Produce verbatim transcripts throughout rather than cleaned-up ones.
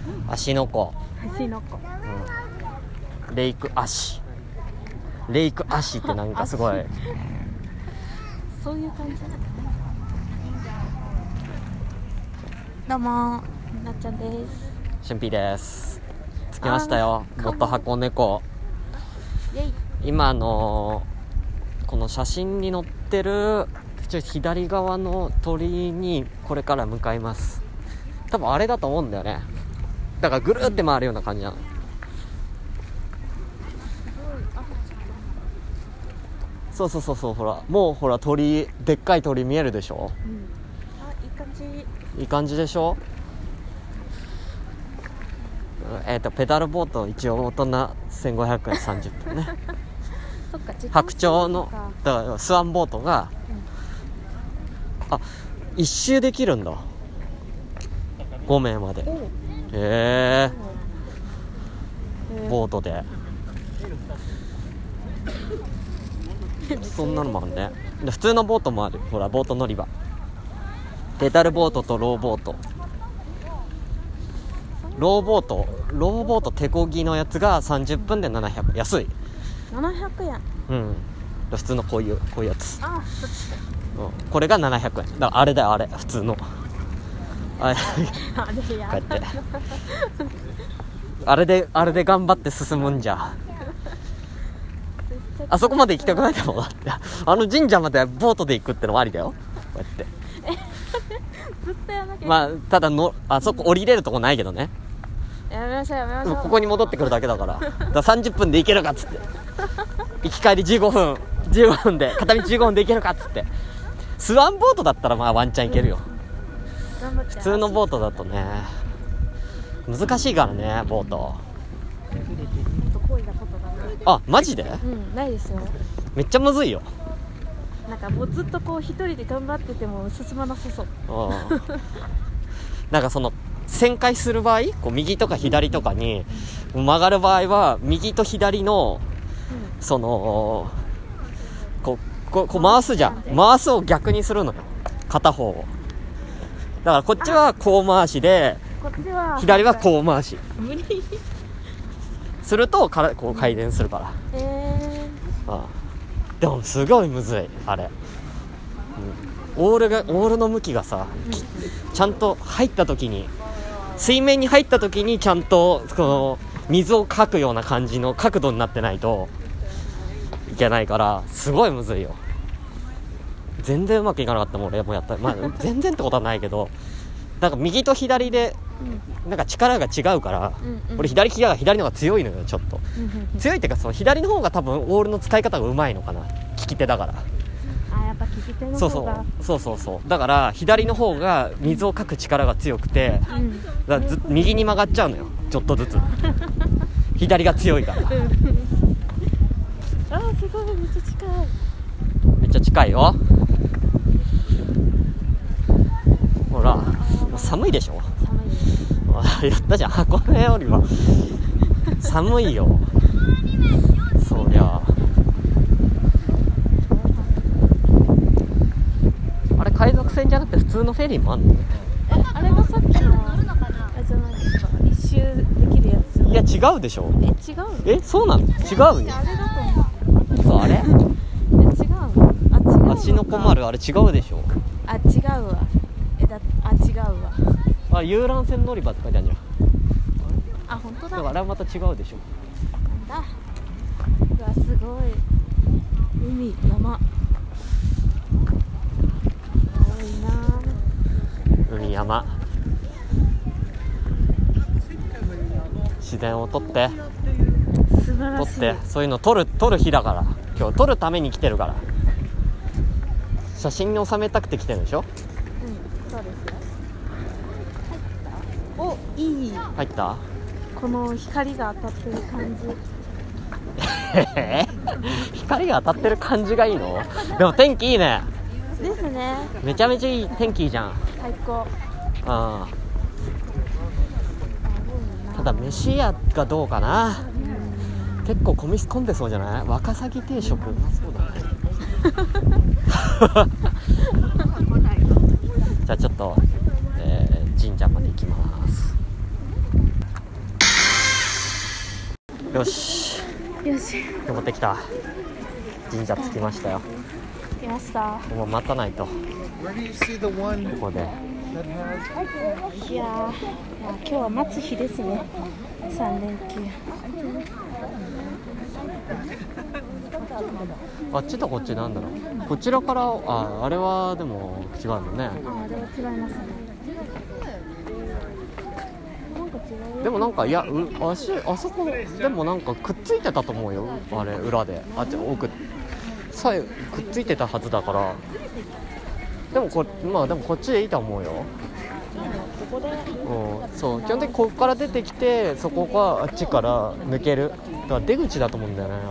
芦ノ湖、 芦ノ湖、 うん、レイクアシレイクアシってなんかすごいそういう感じ。どうもなっちゃんです。 しゅんぴーです。着きましたよ、元箱根湖。 イェイ。 今あのー、この写真に載ってるちょ左側の鳥居にこれから向かいます。多分あれだと思うんだよね。だからぐるって回るような感じなの。そうそうそうそう、ほらもうほら鳥居、でっかい鳥居見えるでしょ、うん、 あ、いい感じ。 いい感じでしょ。えっとペダルボート一応大人せんごひゃくえんさんじゅっぷんねそっか、 白鳥のだからスワンボートが、うん、あ、一周できるんだ、ごめいまで。へえー、ボートでそんなのもあるね。で普通のボートもある。ほらボート乗り場、ペダルボートとローボート。ローボートローボート手漕ぎのやつがさんじゅっぷんでななひゃくえん、安い。 ななひゃくえん。うん。 普通のこういうこういうやつ。 あ、そっち。 うん、これがななひゃくえんだから、あれだよあれ、普通のあれあれやこうやってあれであれで頑張って進むんじゃ。あそこまで行きたくないだろうなって。あの神社までボートで行くってのもありだよ、こうやってずっとやらなきゃ。 まあただのあそこ降りれるとこないけどね。 やめましょうやめましょう。 ここに戻ってくるだけだからだからさんじゅっぷんで行けるかっつって行き帰りじゅうごふんじゅうごふんで片道じゅうごふんで行けるかっつって。スワンボートだったらまあワンチャン行けるよ、うん、普通のボートだとね難しいからね、ボート。あ、マジで？ うん、ないですよ。 めっちゃむずいよ。 なんかもうずっとこう一人で頑張ってても進まなさそう。 なんかその旋回する場合、こう右とか左とかに曲がる場合は右と左の、うん、そのこう、こう、こう回すじゃん。回すを逆にするのよ、片方を。だからこっちはこう回しで、 こっちは左はこう回し。 無理するとからこう回転するから。 えー、 ああでもすごいむずいあれ、うん、オールがオールの向きがさ、うん、ちゃんと入った時に水面に入った時にちゃんとこの水をかくような感じの角度になってないといけないから、すごいむずいよ。全然うまくいかなかったもん俺もやった、まあ、全然ってことはないけど、なんか右と左でなんか力が違うから、うんうん、俺左利きが左の方が強いのよ、ちょっと、うんうん、強いっていうかその左の方が多分オールの使い方がうまいのかな、利き手だから。 あ、やっぱ利き手の方が。そうそうそうそうだから左の方が水をかく力が強くて、うん、だからず右に曲がっちゃうのよ、ちょっとずつ左が強いからあ、 すごい、めっちゃ近い。 めっちゃ近いよ。ほら寒いでしょ。 寒いです。 言ったじゃん、箱根よりは寒いよそりゃ。あれ海賊船じゃなくて普通のフェリーもあんの？ え、あれがさっきのあれじゃないですか、一周できるやつ。 いや違うでしょ。 え、違うの？ え、そうなの？違うよ。 あれだと思う。 そう、あれ？え、違うの？あ、違うのか。 芦ノ湖丸あれ違うでしょ。 あ、違うわ。え、だ、あ、違うわ。 あ、遊覧船乗り場って書いてあるじゃん。 あ、本当だ。 だからあれはまた違うでしょ。 なんだ。うわ、すごい。海、山。多いな。 海、山。自然を撮って。 素晴らしい。 撮って、そういうの撮る撮る日だから。今日撮るために来てるから。写真に収めたくて来てるでしょ。 うん、そうですよ。お、いい。 入った？ この光が当たってる感じ光が当たってる感じがいいの？でも天気いいね。 ですね。 めちゃめちゃいい天気いいじゃん。 最高。 ああ。ただ飯屋がどうかな。結構混み込んでそうじゃない？ワカサギ定食うまそうだねじゃあちょっと、えー、神社まで行きます。 よし、 よし、 登ってきた。神社着きましたよ。 来ました。 もう待たないと。ここで。 いやー、まあ、今日は待つ日ですね。さん連休。 あっちとこっちなんだろう。こちらから、あ、あれはでも違うのね。 あ、あれは違いますね。 でもなんかいや、う足あそこでもなんかくっついてたと思うよ。あれ裏で、あっち奥さえくっついてたはずだから。でもこまあでもこっちでいいと思うよ。 ここで、 うん、そう基本的にここから出てきて、そこがあっちから抜ける。だから出口だと思うんだよね。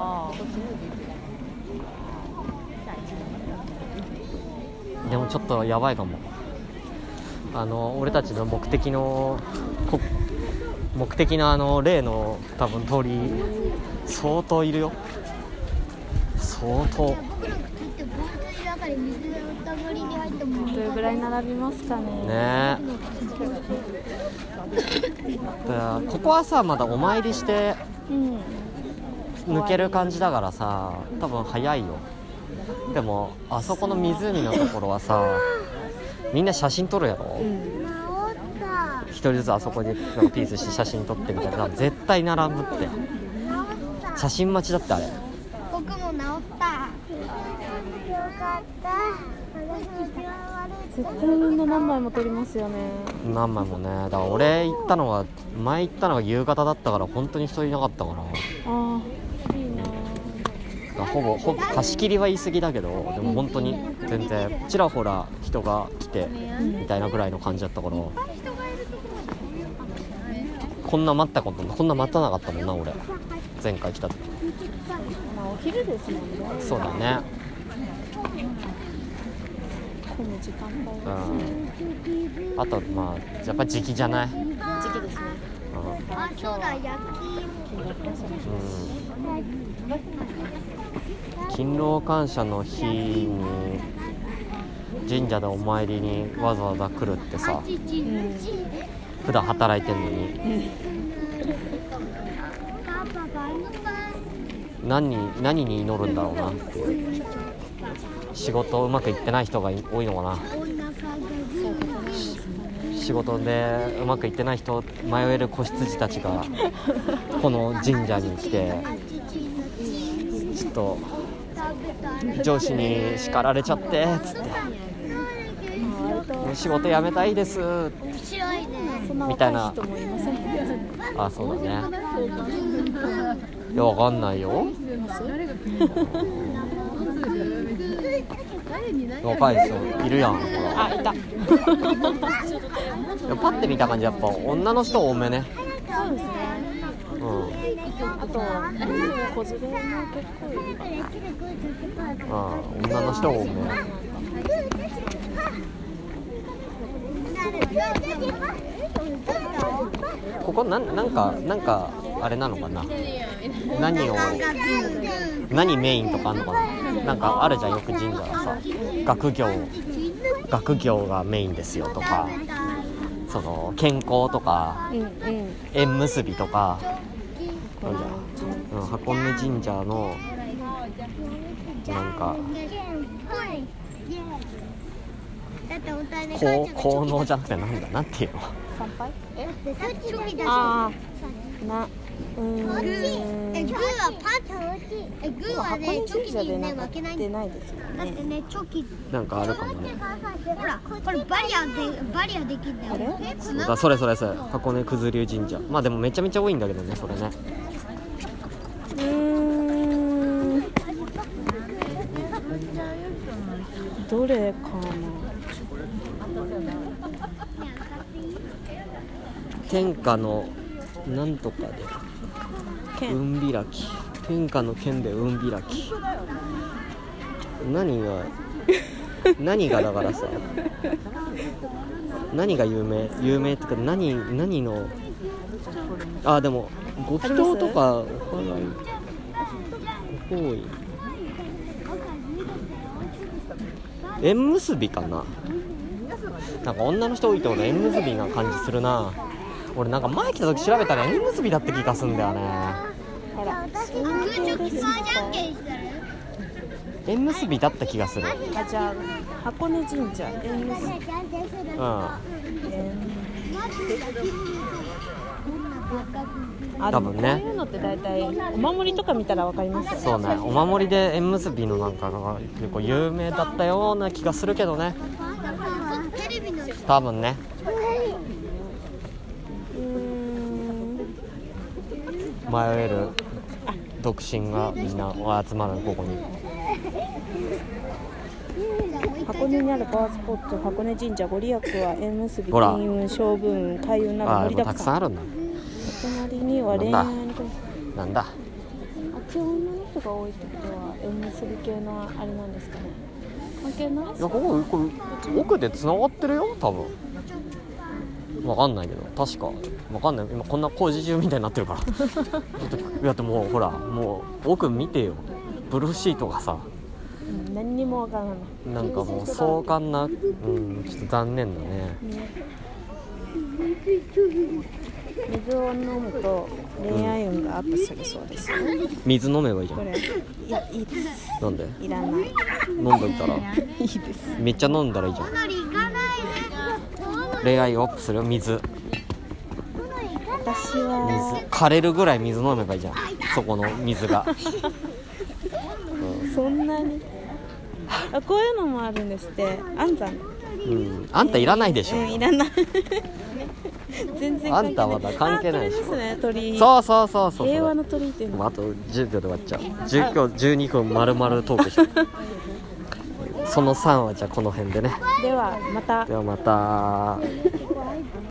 でもちょっとやばいかも。あの俺たちの目的のこ目的のあの例の多分通り相当いるよ。相当。 どれぐらい並びますかね。 ねえ。だからここはさまだお参りして抜ける感じだからさ、多分早いよ。でもあそこの湖のところはさみんな写真撮るやろ、うん、一人ずつあそこでなんかピースして写真撮ってみたいな。絶対並ぶって。写真待ちだってあれ。 僕も治った。よかった。絶対みんな何枚も撮りますよね。 何枚もね。だから俺行ったのが前行ったのが夕方だったから本当に人いなかったから。ああ、いいな。 ほぼほぼ貸し切りは言い過ぎだけど、でも本当に全然ちらほら人が来てみたいなぐらいの感じだったから、こんな待ったことこんな待たなかったもんな俺、前回来た時。 まあお昼ですもんね。 そうだね。 この時間帯ですね。 うん、あとまあやっぱ時期じゃない。 時期ですね。 うん、 あ、そうだ、焼き勤労感謝の日に神社でお参りにわざわざ来るってさ、うん、普段働いてんのに、うん、何, 何に祈るんだろうなっていう。仕事うまくいってない人が多いのかな。仕事でうまくいってない人、迷える子羊たちがこの神社に来て、ちょっと上司に叱られちゃってつって仕事辞めたいですみたいな。あ、そうだね。いや、わかんないよ。若い人いるやん。ほら、 あ、いた。 いやパッて見た感じやっぱ女の人多めね。 そうですね。 うん。 あと子連れも結構いるかな。 ああ、女の人多め。ここな、なんかなんかあれなのかな。何を何メインとかあんのかな。なんかあるじゃん、よく神社はさ、学業学業がメインですよとか、その健康とか、うんうん、縁結びとか、うん、箱根神社のなんか効能じゃなくてなんだなんていうの。 参拝？え？ああ、な。うーん。え、グーはパンえ、グーはね、チョキにね負けないんないですよね。だってね、チョキなんかあるかもね。 ほら、これバリアでバリアできるんだよ。 そうだ、それそれそれ。箱根九頭龍神社。まあでもめちゃめちゃ多いんだけどね、それね。 うーん。どれかな。 天下のなんとかで運開き、天下の剣で運開き。何が何がだからさ、何が有名有名ってか、何何の、あ、でもご祈祷とかお祓いご法医、縁結びかな。なんか女の人多いってこと、縁結びな感じするな。俺なんか前来た時調べたら縁結びだって気がすんだよね。 ら空直スパじゃんけんしたら縁結びだった気がする。 あ、じゃあ箱根神社縁結び、 うんあ、 多分ねこういうのって大体お守りとか見たらわかりますよね。 そうね、お守りで縁結びのなんかが結構有名だったような気がするけどね、多分ね。 うーん、 迷える独身がみんな集まるここに。 箱根にあるパワースポット箱根神社ご利益は縁結び、 ほら金運、勝負運、開運などああ、 盛りだくさん。 たくさんあるんだ。 お隣には恋愛に関して、 なんだ、 あっち女の人が多いってことは縁結び系のあれなんですかね。関係ない？ いや、ここ、これ奥で繋がってるよ多分。わかんないけど、確かわかんない。今こんな工事中みたいになってるからちょっと、だってもうほら、もう奥見てよ、ブルーシートがさ、 うん、何にもわからない。 なんかもう壮観な、うん、ちょっと残念だね。 ね、水を飲むと恋愛運がアップするそうですよ、 水飲めばいいじゃん。 これ、いや、いいです。 なんでいらない。 飲んどいたらいいです。 めっちゃ飲んだらいいじゃん。恋愛をアップするよ、水私は水枯れるぐらい水飲めばいいじゃん、そこの水が、 そんなに、あ、こういうのもあるんですって。安産、 うん、あんたいらないでしょ、 うん、いらない全然関係ない。 あんたはまだ関係ないでしょ。 あ、鳥ですね、鳥。 そうそうそうそう、 平和の鳥っていうの。 もうあとじゅうびょうで終わっちゃう。じゅうびょう、じゅうにふん丸々トークしてそのさんはじゃあこの辺でね。 ではまた。 ではまた。